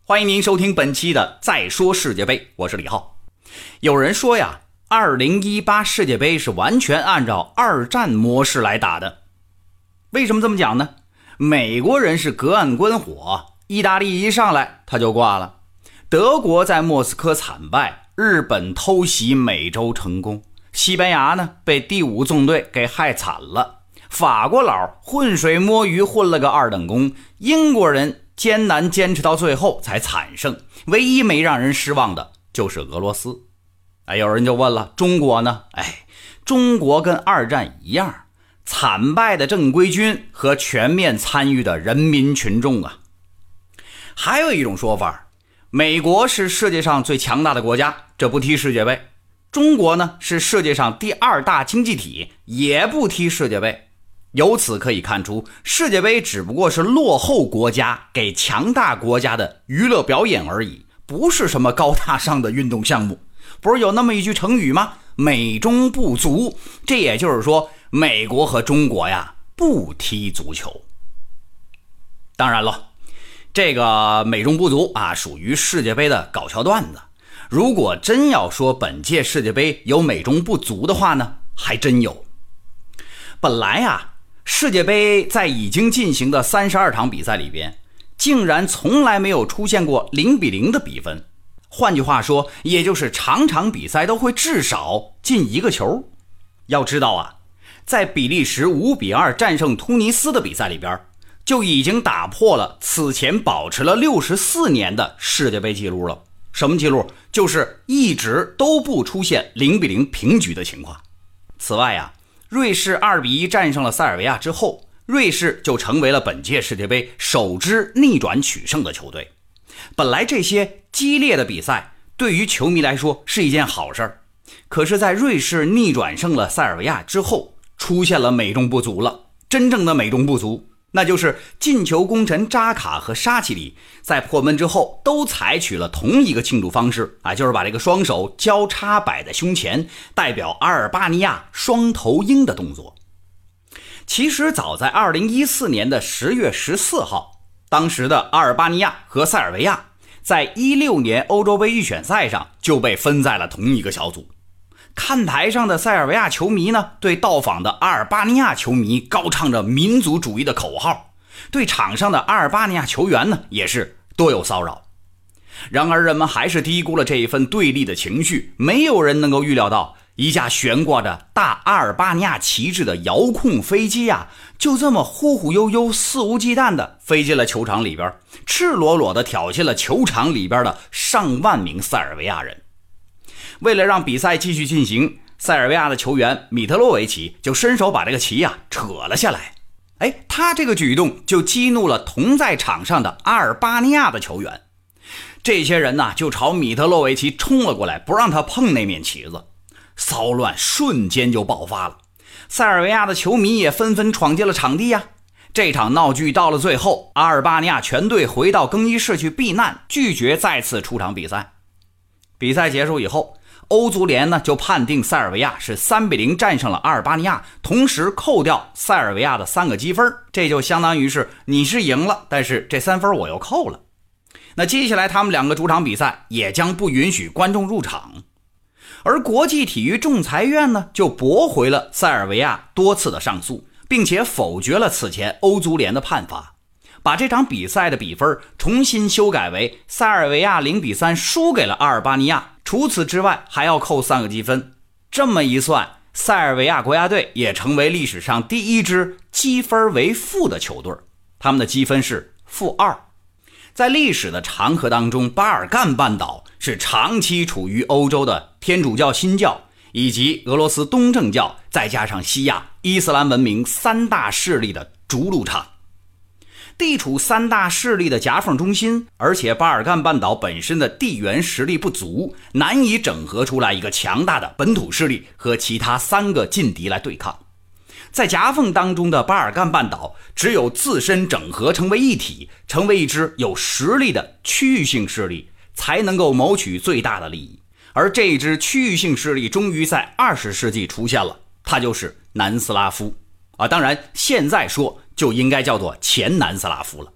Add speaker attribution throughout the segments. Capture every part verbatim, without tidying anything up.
Speaker 1: 欢迎您收听本期的再说世界杯，我是李浩。有人说呀，二零一八世界杯是完全按照二战模式来打的。为什么这么讲呢？美国人是隔岸观火，意大利一上来他就挂了，德国在莫斯科惨败，日本偷袭美洲成功，西班牙呢被第五纵队给害惨了，法国佬浑水摸鱼混了个二等功，英国人艰难坚持到最后才惨胜，唯一没让人失望的就是俄罗斯。哎，有人就问了，中国呢？哎，中国跟二战一样，惨败的正规军和全面参与的人民群众啊。还有一种说法，美国是世界上最强大的国家，这不踢世界杯；中国呢是世界上第二大经济体，也不踢世界杯。由此可以看出，世界杯只不过是落后国家给强大国家的娱乐表演而已，不是什么高大上的运动项目。不是有那么一句成语吗？美中不足，这也就是说美国和中国呀不踢足球。当然了，这个美中不足啊属于世界杯的搞笑段子。如果真要说本届世界杯有美中不足的话呢，还真有。本来啊世界杯在已经进行的三十二场比赛里边，竟然从来没有出现过零比零的比分。换句话说，也就是场场比赛都会至少进一个球。要知道啊，在比利时五比二战胜突尼斯的比赛里边，就已经打破了此前保持了六十四年的世界杯纪录了。什么纪录？就是一直都不出现零比零平局的情况。此外啊，瑞士二比一战胜了塞尔维亚之后，瑞士就成为了本届世界杯首支逆转取胜的球队。本来这些激烈的比赛对于球迷来说是一件好事，可是在瑞士逆转胜了塞尔维亚之后，出现了美中不足了。真正的美中不足，那就是进球功臣扎卡和沙奇里在破门之后都采取了同一个庆祝方式啊，就是把这个双手交叉摆在胸前，代表阿尔巴尼亚双头鹰的动作。其实早在二零一四年的十月十四号，当时的阿尔巴尼亚和塞尔维亚在十六年欧洲杯预选赛上就被分在了同一个小组。看台上的塞尔维亚球迷呢，对到访的阿尔巴尼亚球迷高唱着民族主义的口号，对场上的阿尔巴尼亚球员呢也是多有骚扰。然而人们还是低估了这一份对立的情绪，没有人能够预料到一架悬挂着大阿尔巴尼亚旗帜的遥控飞机啊，就这么忽忽悠悠肆无忌惮地飞进了球场里边，赤裸裸地挑衅了球场里边的上万名塞尔维亚人。为了让比赛继续进行，塞尔维亚的球员米特洛维奇就伸手把这个旗啊扯了下来。哎，他这个举动就激怒了同在场上的阿尔巴尼亚的球员。这些人呢就朝米特洛维奇冲了过来，不让他碰那面旗子。骚乱瞬间就爆发了，塞尔维亚的球迷也纷纷闯进了场地呀。这场闹剧到了最后，阿尔巴尼亚全队回到更衣室去避难，拒绝再次出场比赛。比赛结束以后，欧足联呢就判定塞尔维亚是三比零战胜了阿尔巴尼亚，同时扣掉塞尔维亚的三个积分，这就相当于是你是赢了，但是这三分我又扣了。那接下来他们两个主场比赛也将不允许观众入场。而国际体育仲裁院呢就驳回了塞尔维亚多次的上诉，并且否决了此前欧足联的判罚，把这场比赛的比分重新修改为塞尔维亚零比三输给了阿尔巴尼亚，除此之外还要扣三个积分。这么一算，塞尔维亚国家队也成为历史上第一支积分为负的球队，他们的积分是负二。在历史的长河当中，巴尔干半岛是长期处于欧洲的天主教新教以及俄罗斯东正教再加上西亚伊斯兰文明三大势力的逐鹿场。地处三大势力的夹缝中心，而且巴尔干半岛本身的地缘实力不足，难以整合出来一个强大的本土势力和其他三个劲敌来对抗。在夹缝当中的巴尔干半岛，只有自身整合成为一体，成为一支有实力的区域性势力，才能够谋取最大的利益。而这支区域性势力终于在二十世纪出现了，它就是南斯拉夫啊，当然现在说就应该叫做前南斯拉夫了。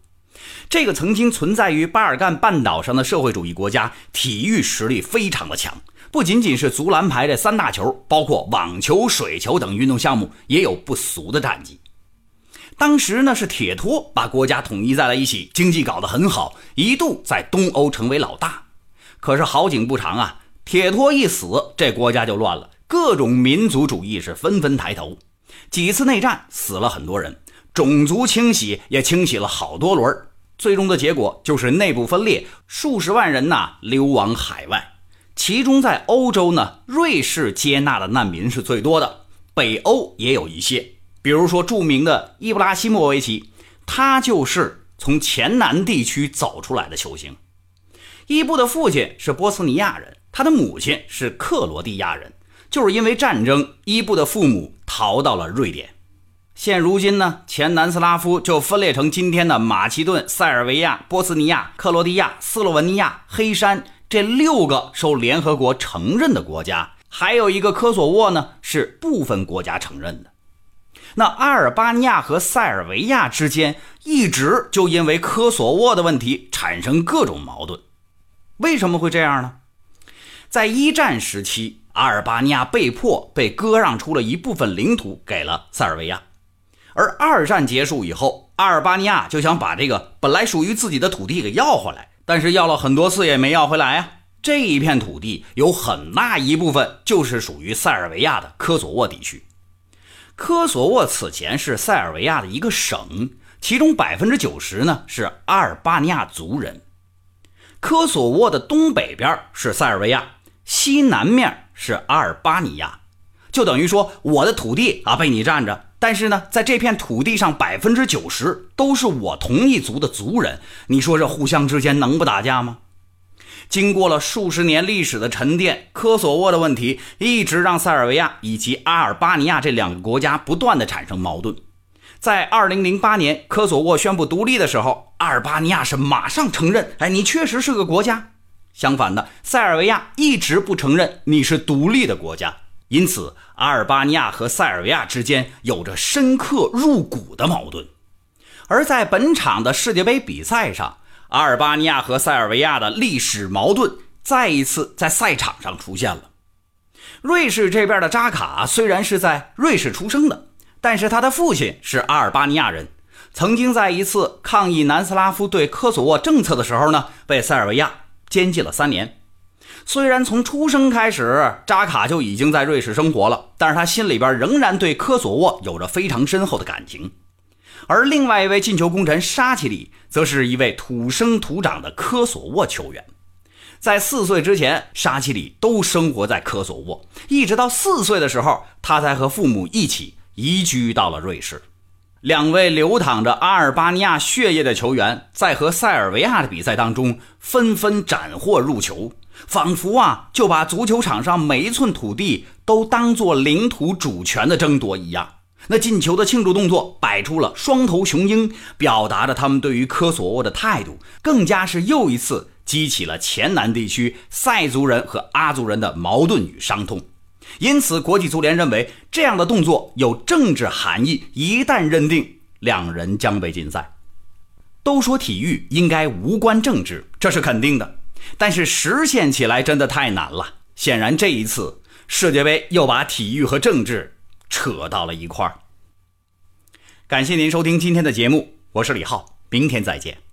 Speaker 1: 这个曾经存在于巴尔干半岛上的社会主义国家，体育实力非常的强，不仅仅是足篮排这三大球，包括网球、水球等运动项目也有不俗的战绩。当时呢是铁托把国家统一在了一起，经济搞得很好，一度在东欧成为老大。可是好景不长啊，铁托一死，这国家就乱了，各种民族主义是纷纷抬头，几次内战死了很多人，种族清洗也清洗了好多轮，最终的结果就是内部分裂，数十万人呐流亡海外。其中在欧洲呢，瑞士接纳的难民是最多的，北欧也有一些，比如说著名的伊布拉希莫维奇，他就是从前南地区走出来的球星。伊布的父亲是波斯尼亚人，他的母亲是克罗地亚人，就是因为战争，伊布的父母逃到了瑞典。现如今呢，前南斯拉夫就分裂成今天的马其顿、塞尔维亚、波斯尼亚、克罗地亚、斯洛文尼亚、黑山这六个受联合国承认的国家，还有一个科索沃呢是部分国家承认的。那阿尔巴尼亚和塞尔维亚之间一直就因为科索沃的问题产生各种矛盾。为什么会这样呢？在一战时期，阿尔巴尼亚被迫被割让出了一部分领土给了塞尔维亚，而二战结束以后，阿尔巴尼亚就想把这个本来属于自己的土地给要回来，但是要了很多次也没要回来啊。这一片土地有很大一部分就是属于塞尔维亚的科索沃地区。科索沃此前是塞尔维亚的一个省，其中 百分之九十 呢是阿尔巴尼亚族人。科索沃的东北边是塞尔维亚，西南面是阿尔巴尼亚，就等于说我的土地啊被你占着，但是呢在这片土地上 百分之九十 都是我同一族的族人，你说这互相之间能不打架吗？经过了数十年历史的沉淀，科索沃的问题一直让塞尔维亚以及阿尔巴尼亚这两个国家不断的产生矛盾。在二零零八年科索沃宣布独立的时候，阿尔巴尼亚是马上承认，哎，你确实是个国家。相反的，塞尔维亚一直不承认你是独立的国家，因此阿尔巴尼亚和塞尔维亚之间有着深刻入骨的矛盾。而在本场的世界杯比赛上，阿尔巴尼亚和塞尔维亚的历史矛盾再一次在赛场上出现了。瑞士这边的扎卡虽然是在瑞士出生的，但是他的父亲是阿尔巴尼亚人，曾经在一次抗议南斯拉夫对科索沃政策的时候呢，被塞尔维亚监禁了三年。虽然从出生开始扎卡就已经在瑞士生活了，但是他心里边仍然对科索沃有着非常深厚的感情。而另外一位进球功臣沙奇里则是一位土生土长的科索沃球员。在四岁之前，沙奇里都生活在科索沃，一直到四岁的时候，他才和父母一起移居到了瑞士。两位流淌着阿尔巴尼亚血液的球员在和塞尔维亚的比赛当中纷纷斩获入球，仿佛啊就把足球场上每一寸土地都当作领土主权的争夺一样。那进球的庆祝动作摆出了双头雄鹰，表达着他们对于科索沃的态度，更加是又一次激起了前南地区塞族人和阿族人的矛盾与伤痛。因此国际足联认为这样的动作有政治含义，一旦认定，两人将被禁赛。都说体育应该无关政治，这是肯定的，但是实现起来真的太难了。显然这一次世界杯又把体育和政治扯到了一块儿。感谢您收听今天的节目，我是李浩，明天再见。